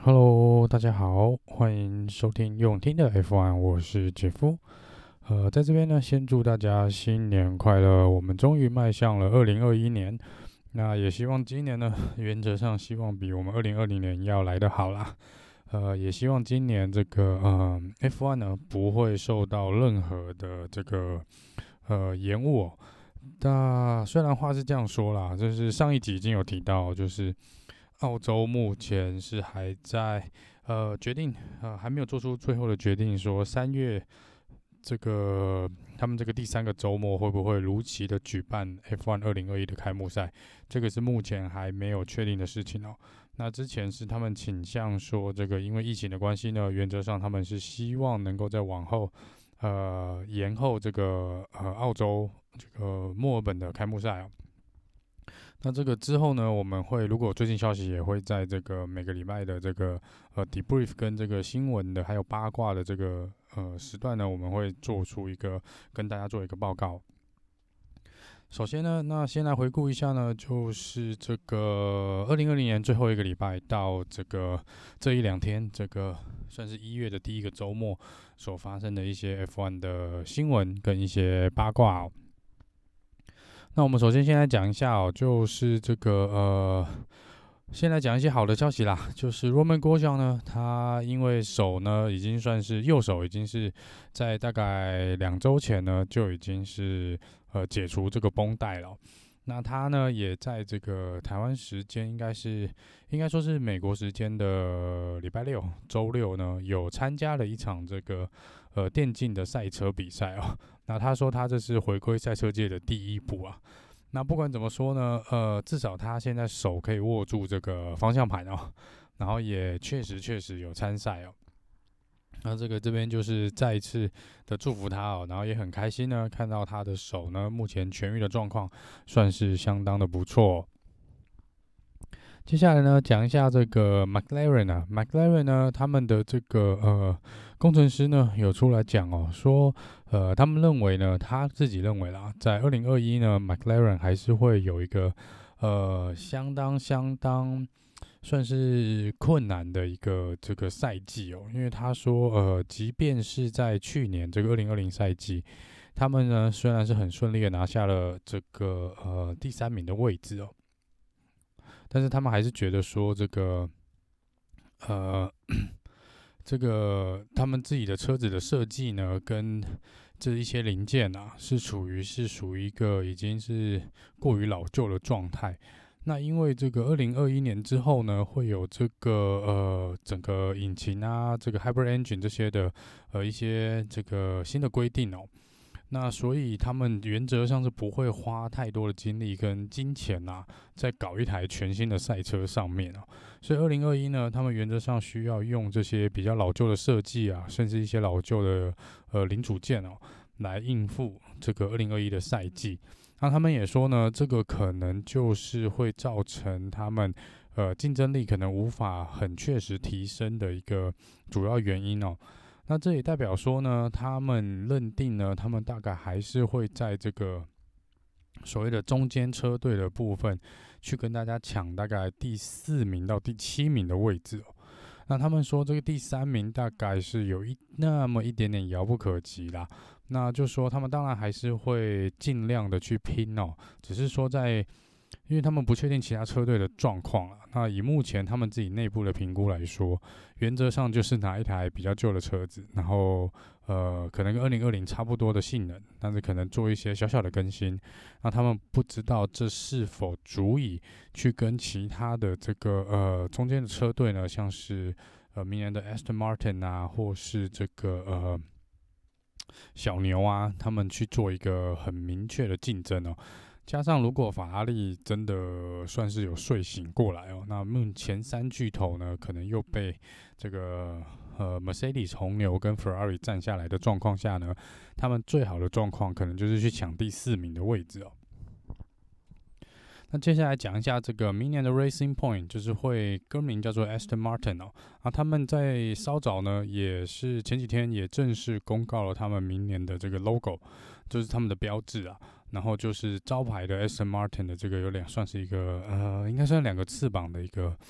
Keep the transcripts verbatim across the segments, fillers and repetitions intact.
Hello，大家好，欢迎收听永听的 F 一，我是杰夫。呃，在这边呢，先祝大家新年快乐。我们终于迈向了二零二一年，那也希望今年呢，原则上希望比我们二零二零年要来得好啦。呃，也希望今年这个呃 F 一 呢不会受到任何的这个呃延误哦。那虽然话是这样说啦，就是上一集已经有提到，就是澳洲目前是还在呃决定呃还没有做出最后的决定，说三月这个他们这个第三个周末会不会如期的举办 F 一 二零二一的开幕赛，这个是目前还没有确定的事情哦。那之前是他们倾向说，这个因为疫情的关系呢，原则上他们是希望能够在往后呃延后这个呃澳洲这个墨尔本的开幕赛哦。那这个之后呢，我们会如果最近消息也会在这个每个礼拜的这个呃 debrief 跟这个新闻的还有八卦的这个呃时段呢，我们会做出一个跟大家做一个报告。首先呢，那先来回顾一下呢，就是这个二零二零年最后一个礼拜到这个这一两天，这个算是一月的第一个周末所发生的一些 F 一 的新闻跟一些八卦哦。那我们首先先来讲一下哦，就是这个呃，先来讲一些好的消息啦。就是 Roman g o j a n 呢，他因为手呢已经算是右手，已经是在大概两周前呢就已经是呃解除这个绷带了。那他呢也在这个台湾时间应该是应该说是美国时间的礼拜六周六呢有参加了一场这个呃电竞的赛车比赛哦。那他说他这是回归赛车界的第一步啊。那不管怎么说呢，呃，至少他现在手可以握住这个方向盘哦，然后也确实确实有参赛哦。那这个这边就是再一次的祝福他哦，然后也很开心呢，看到他的手呢目前痊愈的状况算是相当的不错哦。接下来呢，讲一下这个 McLaren 啊，McLaren 呢，他们的这个呃工程师呢有出来讲哦，说呃他们认为呢，他自己认为啦，在二零二一呢，McLaren 还是会有一个呃相当相当算是困难的一个这个赛季哦，因为他说呃，即便是在去年这个二零二零赛季，他们呢虽然是很顺利的拿下了这个呃第三名的位置哦。但是他们还是觉得说这个，呃，这个他们自己的车子的设计呢，跟这一些零件啊，是处于是属于一个已经是过于老旧的状态。那因为这个二零二一年之后呢，会有这个呃整个引擎啊，这个 Hybrid Engine 这些的呃一些这个新的规定哦。那所以他们原则上是不会花太多的精力跟金钱啊，在搞一台全新的赛车上面哦。所以二零二一呢，他们原则上需要用这些比较老旧的设计啊，甚至一些老旧的呃零组件哦，来应付这个二零二一的赛季。那他们也说呢，这个可能就是会造成他们呃竞争力可能无法很确实提升的一个主要原因哦。那这也代表说呢，他们认定呢，他们大概还是会在这个所谓的中间车队的部分，去跟大家抢大概第四名到第七名的位置哦。那他们说这个第三名大概是有一那么一点点遥不可及啦。那就说他们当然还是会尽量的去拼哦，只是说在因为他们不确定其他车队的状况了。那以目前他们自己内部的评估来说，原则上就是拿一台比较旧的车子，然后呃，可能跟二零二零差不多的性能，但是可能做一些小小的更新。那他们不知道这是否足以去跟其他的这个呃中间的车队呢，像是呃明年的 Aston Martin 啊，或是这个呃小牛啊，他们去做一个很明确的竞争哦。加上如果法拉利真的算是有睡醒过来哦，那目前三巨头呢，可能又被这个呃 Mercedes 红牛跟 Ferrari 占下来的状况下呢，他们最好的状况可能就是去抢第四名的位置哦。那接下来讲一下这个明年的 Racing Point， 就是会歌名叫做 Aston Martin 哦。啊，他们在稍早呢，也是前几天也正式公告了他们明年的这个 logo， 就是他们的标志啊。然后就是招牌的 Aston Martin 的这个有两算是一个呃，应该算两个翅膀的一个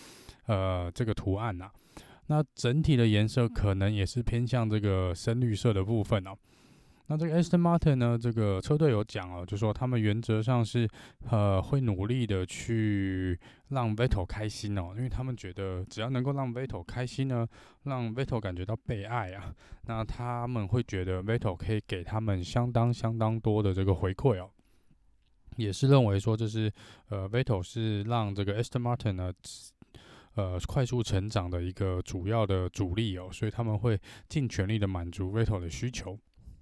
呃这个图案啊。那整体的颜色可能也是偏向这个深绿色的部分哦。那这个 Aston Martin 呢，这个车队有讲哦，就说他们原则上是呃会努力的去让 Vettel 开心哦，因为他们觉得只要能够让 Vettel 开心呢，让 Vettel 感觉到被爱啊，那他们会觉得 Vettel 可以给他们相当相当多的这个回馈哦。也是认为说，这是呃 Vettel 是让这个 Aston Martin 呢，呃快速成长的一个主要的主力哦，所以他们会尽全力的满足 Vettel 的需求。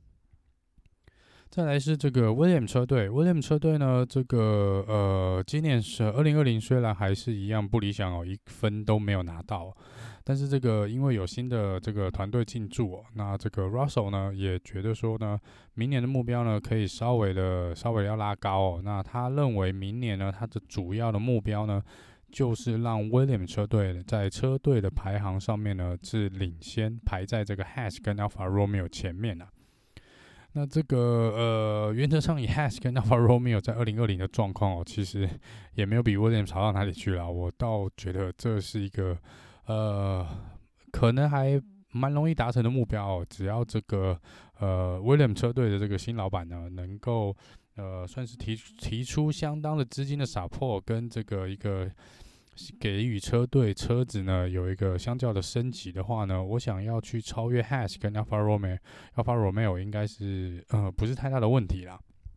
再来是这个 Williams 车队 ，Williams 车队呢，这个呃，今年是二零二零，虽然还是一样不理想哦，一分都没有拿到，但是这个因为有新的这个团队进驻哦，那这个 Russell 呢也觉得说呢，明年的目标呢可以稍微的稍微要拉高哦，那他认为明年呢他的主要的目标呢，就是让 Williams 车队在车队的排行上面呢是领先，排在这个 Haas 跟 Alfa Romeo 前面啊。那这个呃，原则上以 Haas 跟 Alfa Romeo 在二零二零的状况哦，其实也没有比 Williams 好到哪里去啦。我倒觉得这是一个呃，可能还蛮容易达成的目标哦。只要这个呃 Williams 车队的这个新老板呢，能够呃算是提提出相当的资金的 support 跟这个一个。给予车队车子呢有一个相较的升级的话呢，我想要去超越 Haas 跟 Alfa Romeo，Alfa Romeo 应该是呃不是太大的问题啦。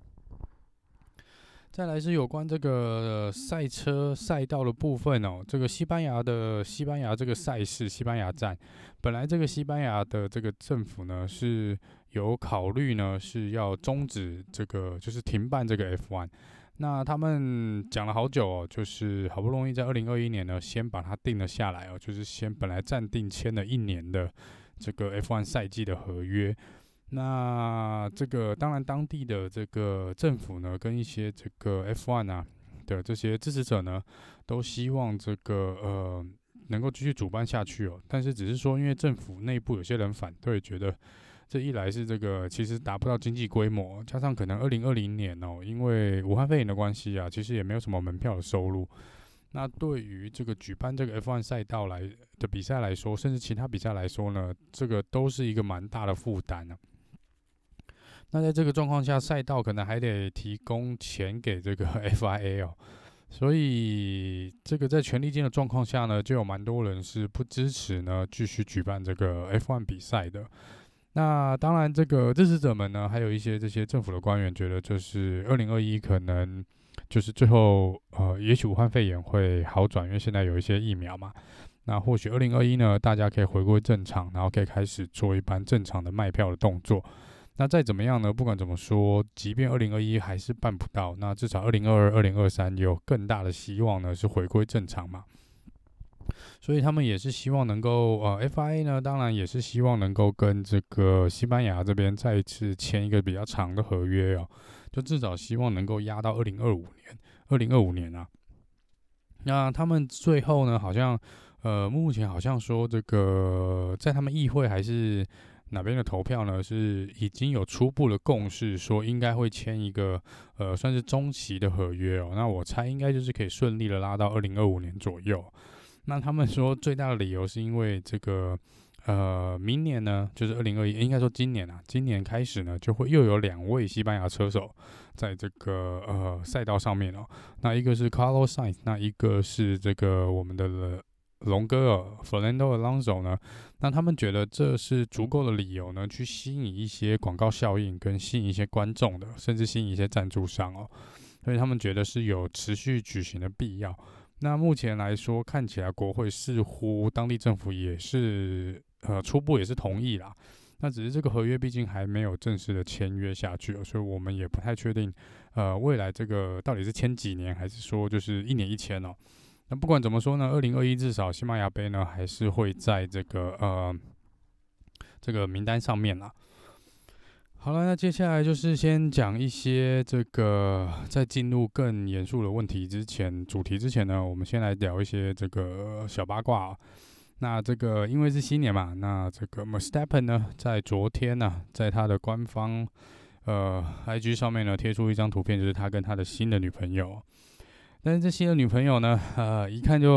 再来是有关这个赛车赛道的部分哦，这个西班牙的西班牙这个赛事，西班牙站，本来这个西班牙的这个政府呢是有考虑呢是要终止这个就是停办这个 F 一。那他们讲了好久哦，就是好不容易在二零二一年呢，先把它定了下来哦，就是先本来暂定签了一年的这个 F 一 赛季的合约。那这个当然当地的这个政府呢，跟一些这个 F 一 啊的这些支持者呢，都希望这个呃能够继续主办下去哦。但是只是说，因为政府内部有些人反对，觉得。这一来是这个其实达不到经济规模，加上可能二零二零年哦，因为武汉肺炎的关系啊，其实也没有什么门票的收入。那对于这个举办这个 F 一 赛道来的比赛来说，甚至其他比赛来说呢，这个都是一个蛮大的负担啊。那在这个状况下，赛道可能还得提供钱给这个 F I A 哦，所以这个在权利金的状况下呢，就有蛮多人是不支持呢继续举办这个 F 一 比赛的。那当然，这个支持者们呢，还有一些这些政府的官员觉得，就是二零二一可能就是最后呃，也许武汉肺炎会好转，因为现在有一些疫苗嘛。那或许二零二一呢，大家可以回归正常，然后可以开始做一般正常的卖票的动作。那再怎么样呢？不管怎么说，即便二零二一还是办不到，那至少二零二二、二零二三有更大的希望呢，是回归正常嘛。所以他们也是希望能够，呃 ，F I A 呢，当然也是希望能够跟这个西班牙这边再一次签一个比较长的合约哦，就至少希望能够压到二零二五年，二零二五年啊。那他们最后呢，好像，呃，目前好像说这个在他们议会还是哪边的投票呢，是已经有初步的共识，说应该会签一个，呃，算是中期的合约哦。那我猜应该就是可以顺利的拉到二零二五年左右。那他们说最大的理由是因为这个，呃，明年呢，就是二零二一，应该说今年啊，今年开始呢，就会又有两位西班牙车手在这个呃赛道上面哦。那一个是 Carlos Sainz， 那一个是这个我们的龙哥哦 Fernando Alonso 呢。那他们觉得这是足够的理由呢，去吸引一些广告效应，跟吸引一些观众的，甚至吸引一些赞助商哦。所以他们觉得是有持续举行的必要。那目前来说，看起来国会似乎当地政府也是呃初步也是同意啦。那只是这个合约毕竟还没有正式的签约下去，所以我们也不太确定，呃，未来这个到底是签几年，还是说就是一年一签哦。那不管怎么说呢，二零二一至少西班牙杯呢还是会在这个呃这个名单上面啦。好了，那接下来就是先讲一些这个，在进入更严肃的问题之前，主题之前呢，我们先来聊一些这个小八卦啊。那这个因为是新年嘛，那这个 Verstappen 呢，在昨天呢、啊，在他的官方呃 I G 上面呢，贴出一张图片，就是他跟他的新的女朋友。但是这新的女朋友呢，呃，一看就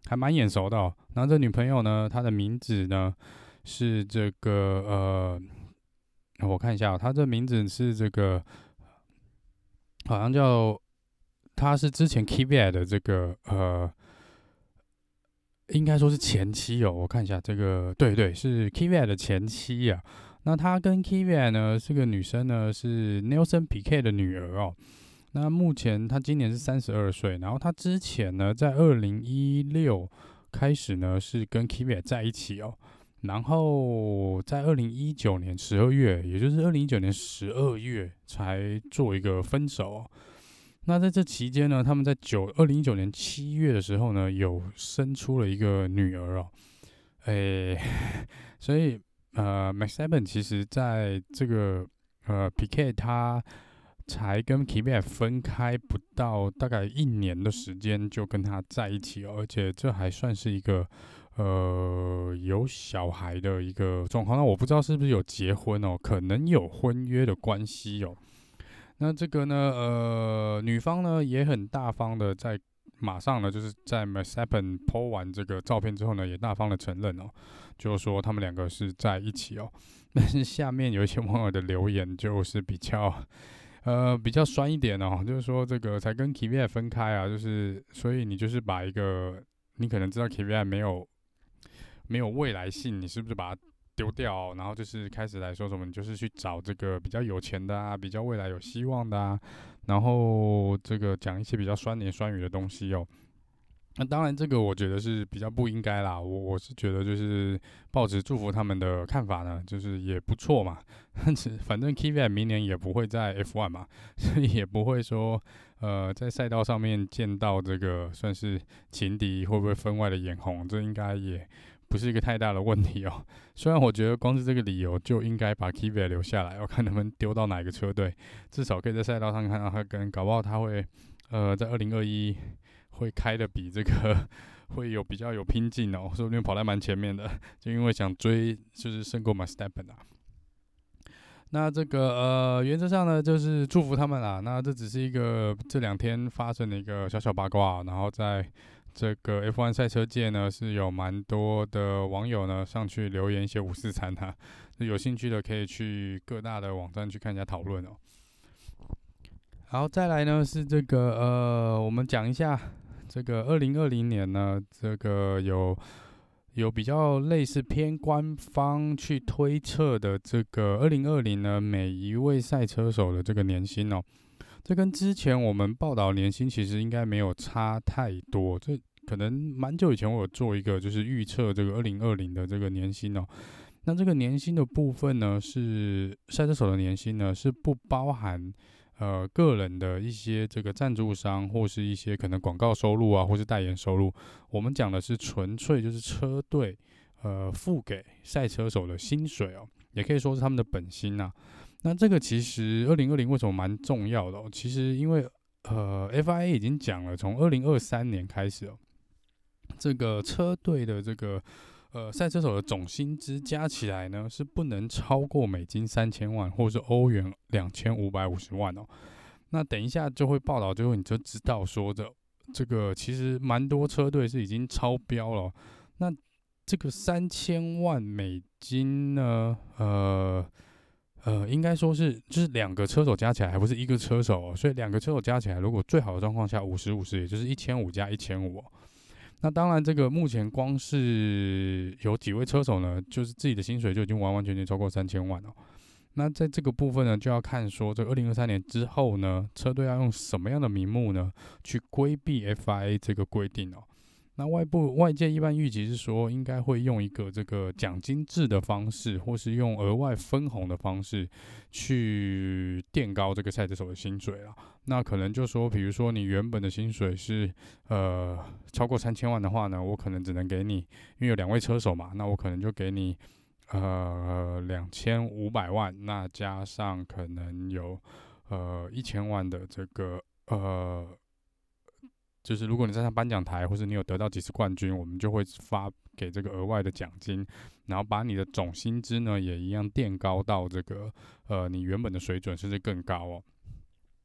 还蛮眼熟的哦。然后这女朋友呢，她的名字呢是这个呃，我看一下、哦，她的名字是这个，好像叫，她是之前 Kvyat 的这个呃，应该说是前妻哦。我看一下这个，对对，是 Kvyat 的前妻啊。那她跟 Kvyat 呢，这个女生呢是 Nelson Piquet 的女儿哦。那目前她今年是三十二岁，然后她之前呢，在二零一六开始呢是跟 Kvyat 在一起哦，然后在二零一九年十二月，也就是二零一九年十二月才做一个分手哦。那在这期间呢，他们在九二零一九年七月的时候呢，有生出了一个女儿哦，诶，所以呃，Max Verstappen 其实在这个呃 Piquet 他才跟 Kvyat 分开不到大概一年的时间就跟他在一起哦，而且这还算是一个呃有小孩的一个状况。那我不知道是不是有结婚哦，可能有婚约的关系哦。那这个呢，呃，女方呢也很大方的在马上呢，就是在 Max Verstappen po 完这个照片之后呢，也大方的承认哦，就是说他们两个是在一起哦。但是下面有一些网友的留言就是比较呃比较酸一点哦，就是说这个才跟 Kvyat 分开啊，就是所以你就是把一个你可能知道 Kvyat 没有没有未来性，你是不是把它丢掉哦？然后就是开始来说什么，你就是去找这个比较有钱的啊，比较未来有希望的啊，然后这个讲一些比较酸言酸语的东西哦。那当然，这个我觉得是比较不应该啦。我我是觉得就是抱持祝福他们的看法呢，就是也不错嘛。反正 Kvyat 明年也不会在 F 一 嘛，所以也不会说呃在赛道上面见到这个算是情敌会不会分外的眼红，这应该也不是一个太大的问题哦。虽然我觉得光是这个理由就应该把 Kvyat 留下来，我看能不能丢到哪个车队，至少可以在赛道上看到他跟，搞不好他会呃在二零二一。会开的比这个会有比较有拼劲哦，说不定跑在蛮前面的，就因为想追就是胜过 Verstappen 啊。那这个呃原则上呢就是祝福他们啦。那这只是一个这两天发生的一个小小八卦，然后在这个 F 一 赛车界呢是有蛮多的网友呢上去留言一些五四三啊，有兴趣的可以去各大的网站去看一下讨论哦。好，再来呢是这个呃我们讲一下。这个二零二零年呢，这个有有比较类似偏官方去推测的这个二零二零呢，每一位赛车手的这个年薪哦，这跟之前我们报道年薪其实应该没有差太多。这可能蛮久以前我有做一个就是预测这个二零二零的这个年薪哦，那这个年薪的部分呢，是赛车手的年薪呢是不包含。呃，个人的一些这个赞助商，或是一些可能广告收入啊，或是代言收入，我们讲的是纯粹就是车队呃付给赛车手的薪水哦，也可以说是他们的本薪呐、啊。那这个其实二零二零为什么蛮重要的哦？其实因为呃 F I A 已经讲了，从二零二三年开始哦，这个车队的这个。呃，赛车手的总薪资加起来呢，是不能超过美金三千万，或是欧元两千五百五十万哦。那等一下就会报道，最后你就知道说的这个其实蛮多车队是已经超标了哦。那这个三千万美金呢，呃呃，应该说是就是两个车手加起来，还不是一个车手哦。所以两个车手加起来，如果最好的状况下五十五十，也就是一千五加一千五。那当然，这个目前光是有几位车手呢，就是自己的薪水就已经完完全全超过三千万了。那在这个部分呢，就要看说，这二零二三年之后呢，车队要用什么样的名目呢，去规避 F I A 这个规定哦。那外部外界一般预期是说，应该会用一个这个奖金制的方式，或是用额外分红的方式，去垫高这个赛车手的薪水啦。那可能就说，比如说你原本的薪水是呃超过三千万的话呢，我可能只能给你，因为有两位车手嘛，那我可能就给你呃两千五百万，那加上可能有呃一千万的这个呃。就是如果你站上颁奖台，或是你有得到几次冠军，我们就会发给这个额外的奖金，然后把你的总薪资呢也一样垫高到这个呃你原本的水准，甚至更高哦。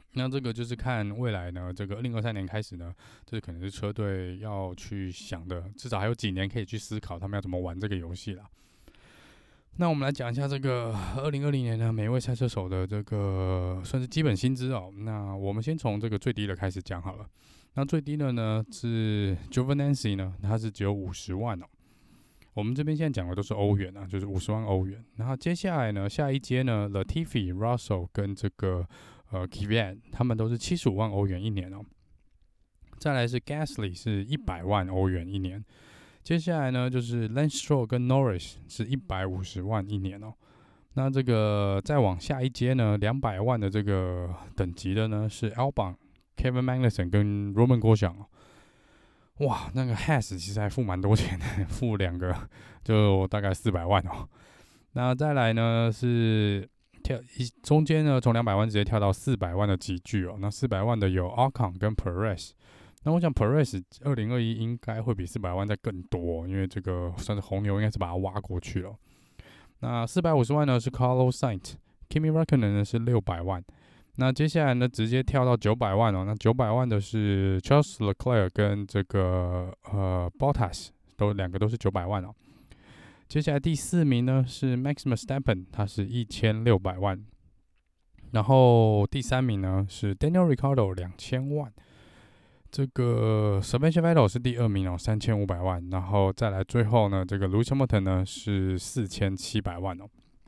那这个就是看未来呢，这个二零二三年开始呢，这可能是车队要去想的，至少还有几年可以去思考他们要怎么玩这个游戏啦。那我们来讲一下这个二零二零年呢，每一位赛车手的这个算是基本薪资哦。那我们先从这个最低的开始讲好了。那最低的呢是 Giovinazzi 呢，它是只有五十万哦。我们这边现在讲的都是欧元啊，就是五十万欧元。然后接下来呢，下一阶呢 ，Latifi、Russell 跟这个呃 Kvyat 他们都是七十五万欧元一年哦。再来是 Gasly 是一百万欧元一年。接下来呢，就是 Lance Stroll 跟 Norris 是一百五十万一年哦。那这个再往下一阶呢，两百万的这个等级的呢是 Albon、Kevin Magnussen 跟 Roman Grosjean 哦。哇，那个 Haas 其实还付蛮多钱的，付两个就大概四百万哦。那再来呢是跳中间呢，从两百万直接跳到四百万的级距哦。那四百万的有 Ocon 跟 Perez。那我想 Perez 二零二一应该会比四百万再更多，因为这个算是红牛应该是把它挖过去了。那四百五十万呢是 Carlos Sainz，Kimi Räikkönen 呢是六百万。那接下来呢，直接跳到九百万哦。那九百万的是 Charles Leclerc 跟这个呃 Bottas， 都两个都是九百万哦。接下来第四名呢是 Max Verstappen， 他是一千六百万。然后第三名呢是 Daniel Ricciardo 两千万。这个 Sebastian Vettel 是第二名哦，三千五百万。然后再来最后呢，这个 Lewis Hamilton 呢是四千七百万哦。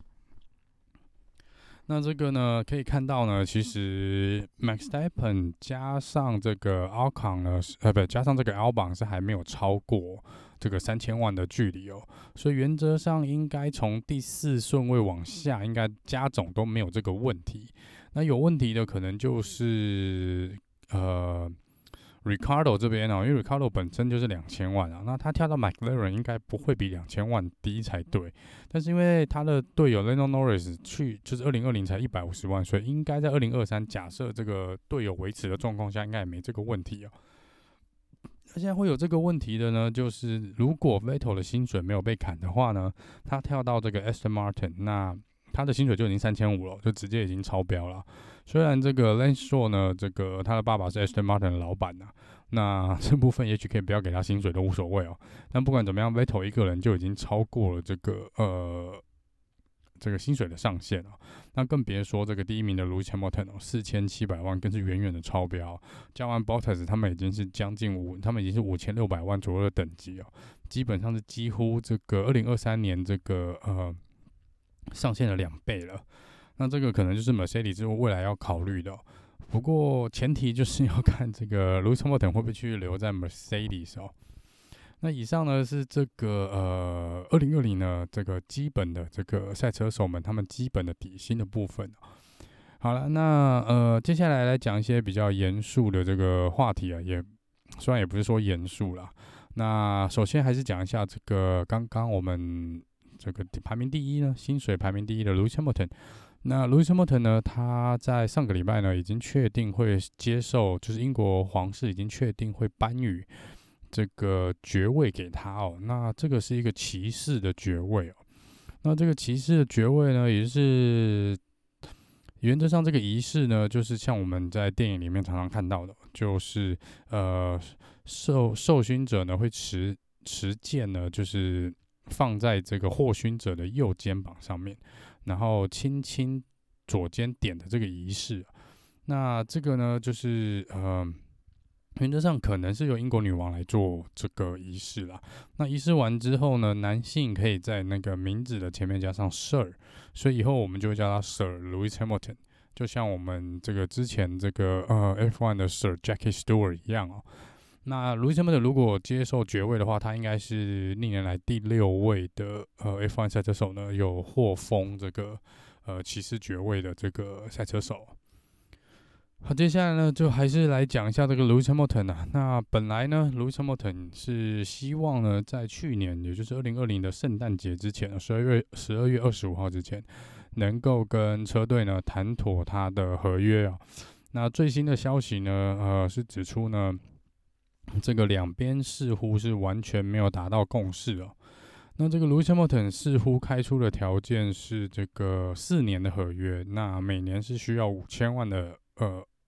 那这个呢，可以看到呢，其实 Max Verstappen 加上这个 Ocon 呢，呃，不，加上这个 Albon 是还没有超过这个三千万的距离哦，所以原则上应该从第四顺位往下，应该加总都没有这个问题。那有问题的可能就是呃。Ricardo 这边哦，因为 Ricardo 本身就是两千万啊，那他跳到 McLaren 应该不会比两千万低才对。但是因为他的队友 Lando Norris 去就是二零二零才一百五十万，所以应该在二零二三假设这个队友维持的状况下，应该也没这个问题哦。那现在会有这个问题的呢，就是如果 Vettel 的薪水没有被砍的话呢，他跳到这个 Aston Martin， 那他的薪水就已经三千五了，就直接已经超标了。虽然这个 Lance Stroll 呢，这个他的爸爸是 Aston Martin 的老板呐、啊，那这部分也许可以不要给他薪水都无所谓哦。但不管怎么样 ，Vettel 一个人就已经超过了这个呃这个薪水的上限了。那更别说这个第一名的 Lewis Hamilton 哦，四千七百万更是远远的超标。加完 Bottas 他们已经是将近五，他们已经是五千六百万左右的等级哦，基本上是几乎这个二零二三年这个呃上限的两倍了。那这个可能就是 Mercedes 未来要考虑的、哦，不过前提就是要看这个 Lewis Hamilton 会不会去留在 Mercedes 哦。那以上呢是这个呃二零二零呢这个基本的这个赛车手们他们基本的底薪的部分、哦。好了，那呃接下来来讲一些比较严肃的这个话题啊，也虽然也不是说严肃啦。那首先还是讲一下这个刚刚我们这个排名第一呢，薪水排名第一的 Lewis Hamilton。那 Lewis Hamilton 呢，他在上个礼拜呢已经确定会接受，就是英国皇室已经确定会颁予这个爵位给他哦。那这个是一个骑士的爵位哦。那这个骑士的爵位呢，也是原则上这个仪式呢，就是像我们在电影里面常常看到的，就是呃受受勋者呢会持持剑呢，就是放在这个获勋者的右肩膀上面。然后轻轻左肩点的这个仪式，那这个呢，就是呃，原则上可能是由英国女王来做这个仪式啦。那仪式完之后呢，男性可以在那个名字的前面加上 Sir， 所以以后我们就会叫他 Sir Lewis Hamilton， 就像我们这个之前这个呃 F 一 的 Sir Jackie Stewart 一样哦。那 Lewis Hamilton 如果接受爵位的话，他应该是历年来第六位的呃 F 一 赛车手呢，有获封这个呃骑士爵位的这个赛车手。好，接下来呢，就还是来讲一下这个 Lewis Hamilton 啊。那本来呢 ，Lewis Hamilton 是希望呢，在去年，也就是二零二零的圣诞节之前，十二月十二月二十五号之前，能够跟车队呢谈妥他的合约啊。那最新的消息呢，呃，是指出呢。这个两边似乎是完全没有达到共识哦。那这个 Lewis Hamilton 似乎开出的条件是这个四年的合约，那每年是需要五千万的呃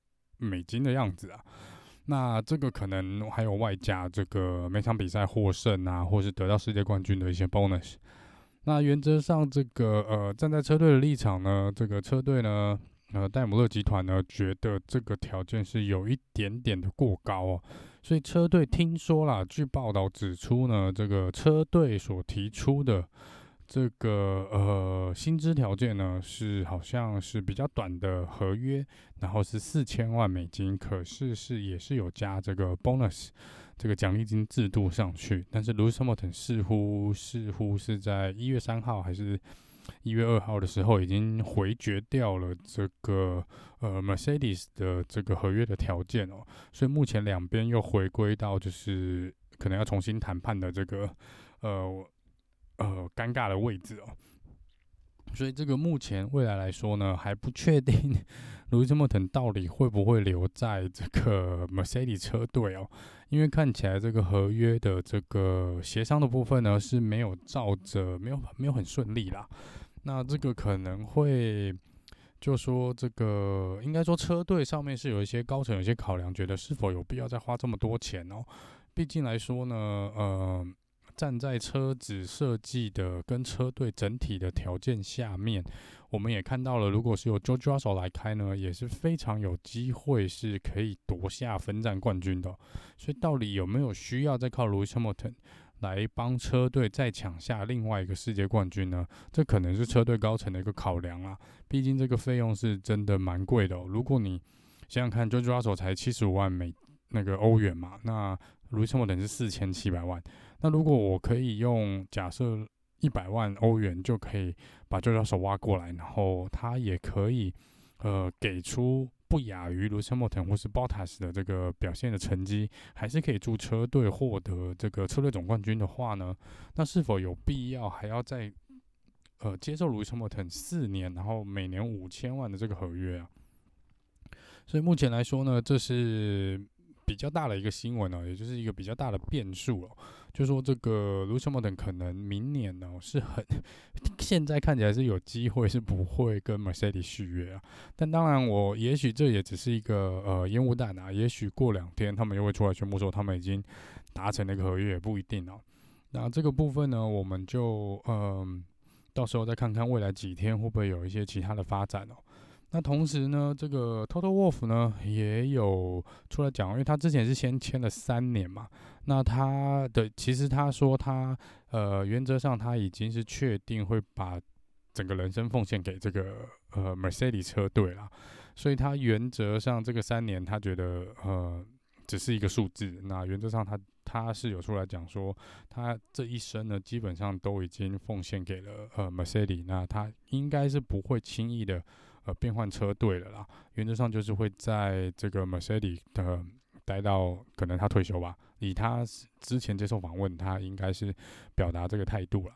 美金的样子啊。那这个可能还有外加这个每场比赛获胜啊，或是得到世界冠军的一些 bonus。那原则上，这个呃站在车队的立场呢，这个车队呢，呃戴姆勒集团呢，觉得这个条件是有一点点的过高哦。所以车队听说啦，据报道指出呢，这个车队所提出的这个呃薪资条件呢，是好像是比较短的合约，然后是四千万美金，可是是也是有加这个 bonus 这个奖励金制度上去。但是 Lewis Hamilton 似乎似乎是在一月三号还是一月二号的时候，已经回绝掉了这个呃 Mercedes 的这个合约的条件哦，所以目前两边又回归到就是可能要重新谈判的这个呃呃尴尬的位置哦。所以这个目前未来来说呢，还不确定Lewis Hamilton 到底会不会留在这个 Mercedes 车队哦，因为看起来这个合约的这个协商的部分呢是没有照着，没有没有很顺利啦。那这个可能会就说这个应该说车队上面是有一些高层有一些考量，觉得是否有必要再花这么多钱哦？毕竟来说呢，呃。站在车子设计的跟车队整体的条件下面，我们也看到了，如果是由 George Russell 来开呢，也是非常有机会是可以夺下分站冠军的哦。所以到底有没有需要再靠 Lewis Hamilton 来帮车队再抢下另外一个世界冠军呢？这可能是车队高层的一个考量啦。毕竟这个费用是真的蛮贵的哦。如果你想想看 ，George Russell 才七十五万美那个欧元嘛，那 Lewis Hamilton 是四千七百万。那如果我可以用假设一百万欧元就可以把George Russell挖过来，然后他也可以呃给出不亚于Lewis Hamilton或是 Bottas 的这个表现的成绩，还是可以助车队获得这个车队总冠军的话呢，那是否有必要还要再呃接受Lewis Hamilton 四年，然后每年五千万的这个合约啊？所以目前来说呢，这是比较大的一个新闻哦，也就是一个比较大的变数哦。就说这个 Lewis Hamilton 可能明年呢、哦、是很现在看起来是有机会是不会跟 Mercedes 续约啊。但当然我也许这也只是一个呃烟雾弹啊，也许过两天他们又会出来宣布说他们已经达成了一个合约，也不一定哦。那这个部分呢，我们就嗯、呃、到时候再看看未来几天会不会有一些其他的发展哦。那同时呢，这个 Toto Wolff 呢也有出来讲，因为他之前是先签了三年嘛，那他的其实他说他呃原则上他已经是确定会把整个人生奉献给这个呃 Mercedes 车队啦，所以他原则上这个三年他觉得呃只是一个数字，那原则上他他是有出来讲说，他这一生呢基本上都已经奉献给了呃 Mercedes， 那他应该是不会轻易的。呃，变换车队了啦，原则上就是会在这个 Mercedes 的待到可能他退休吧。以他之前接受访问，他应该是表达这个态度了。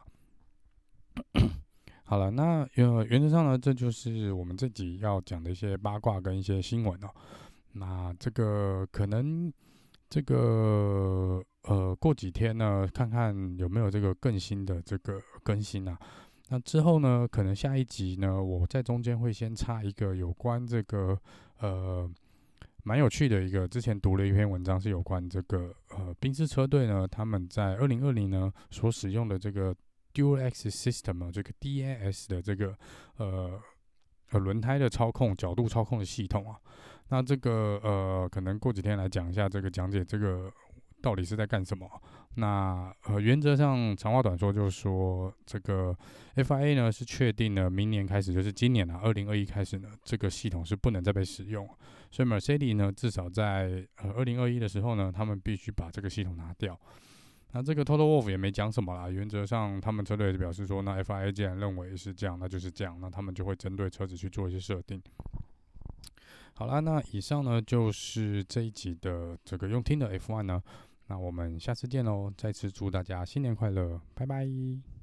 好了，那呃原则上呢，这就是我们这集要讲的一些八卦跟一些新闻哦。那这个可能这个呃过几天呢，看看有没有这个更新的这个更新啊。那之后呢，可能下一集呢，我在中间会先插一个有关这个呃蛮有趣的一个，之前读了一篇文章，是有关这个呃宾士车队呢，他们在二零二零呢所使用的这个 Dual Axis System 这个 D A S 的这个呃呃轮胎的操控角度操控的系统啊。那这个呃可能过几天来讲一下这个讲解这个。到底是在干什么？那呃，原则上长话短说，就是说这个 F I A 呢是确定了明年开始，就是今年啊，二零二一开始呢，这个系统是不能再被使用。所以 Mercedes 呢，至少在呃二零二一的时候呢，他们必须把这个系统拿掉。那这个 Toto Wolff 也没讲什么啦，原则上他们车队也表示说，那 F I A 既然认为是这样，那就是这样，那他们就会针对车子去做一些设定。好啦，那以上呢就是这一集的这个用听的 F 一 呢。那我们下次见喽！再次祝大家新年快乐，拜拜。